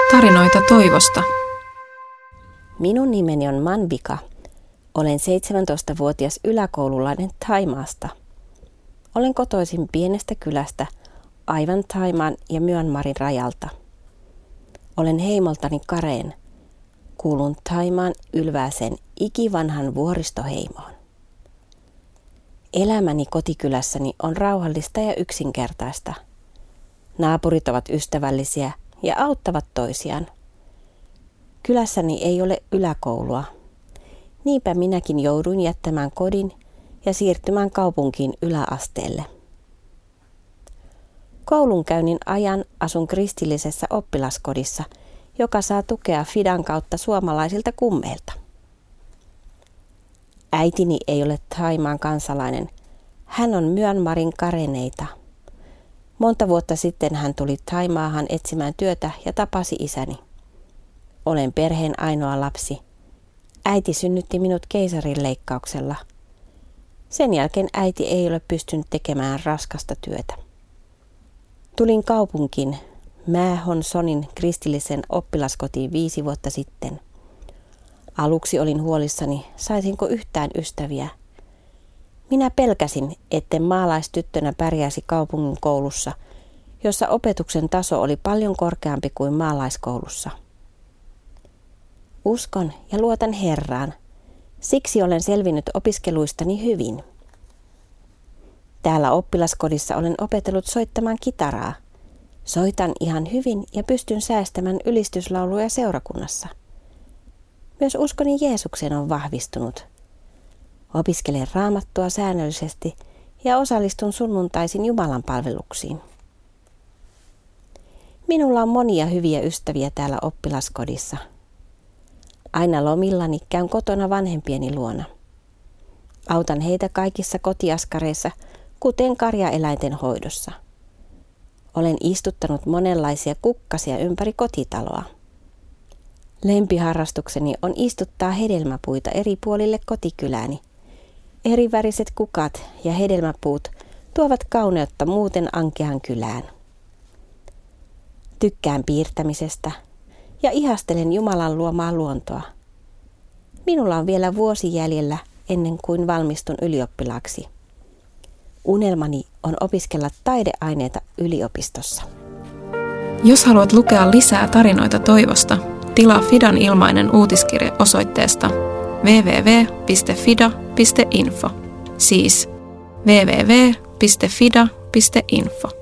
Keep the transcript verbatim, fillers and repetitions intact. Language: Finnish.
Tarinoita toivosta. Minun nimeni on Manvika. Olen seitsemäntoistavuotias yläkoululainen Thaimaasta. Olen kotoisin pienestä kylästä aivan Thaimaan ja Myanmarin rajalta. Olen heimoltani Kareen. Kuulun Thaimaan ylvääseen ikivanhan vuoristoheimoon. Elämäni kotikylässäni on rauhallista ja yksinkertaista. Naapurit ovat ystävällisiä ja auttavat toisiaan. Kylässäni ei ole yläkoulua. Niinpä minäkin jouduin jättämään kodin ja siirtymään kaupunkiin yläasteelle. Koulunkäynnin ajan asun kristillisessä oppilaskodissa, joka saa tukea Fidan kautta suomalaisilta kummeilta. Äitini ei ole Thaimaan kansalainen. Hän on Myanmarin kareneita. Monta vuotta sitten hän tuli Thaimaahan etsimään työtä ja tapasi isäni. Olen perheen ainoa lapsi. Äiti synnytti minut keisarinleikkauksella. Sen jälkeen äiti ei ole pystynyt tekemään raskasta työtä. Tulin kaupunkiin Mae Hon Sonin kristillisen oppilaskotiin viisi vuotta sitten. Aluksi olin huolissani, saisinko yhtään ystäviä. Minä pelkäsin, etten maalaistyttönä pärjäisi kaupungin koulussa, jossa opetuksen taso oli paljon korkeampi kuin maalaiskoulussa. Uskon ja luotan Herraan. Siksi olen selvinnyt opiskeluistani hyvin. Täällä oppilaskodissa olen opetellut soittamaan kitaraa. Soitan ihan hyvin ja pystyn säästämään ylistyslauluja seurakunnassa. Myös uskoni Jeesukseen on vahvistunut. Opiskelen raamattua säännöllisesti ja osallistun sunnuntaisin Jumalan palveluksiin. Minulla on monia hyviä ystäviä täällä oppilaskodissa. Aina lomillani käyn kotona vanhempieni luona. Autan heitä kaikissa kotiaskareissa, kuten karjaeläinten hoidossa. Olen istuttanut monenlaisia kukkasia ympäri kotitaloa. Lempiharrastukseni on istuttaa hedelmäpuita eri puolille kotikylääni. Eriväriset kukat ja hedelmäpuut tuovat kauneutta muuten ankeaan kylään. Tykkään piirtämisestä ja ihastelen Jumalan luomaa luontoa. Minulla on vielä vuosi jäljellä ennen kuin valmistun ylioppilaaksi. Unelmani on opiskella taideaineita yliopistossa. Jos haluat lukea lisää tarinoita toivosta, tilaa Fidan ilmainen uutiskirje osoitteesta double-u double-u double-u piste fida piste info, siis double-u double-u double-u piste fida piste info.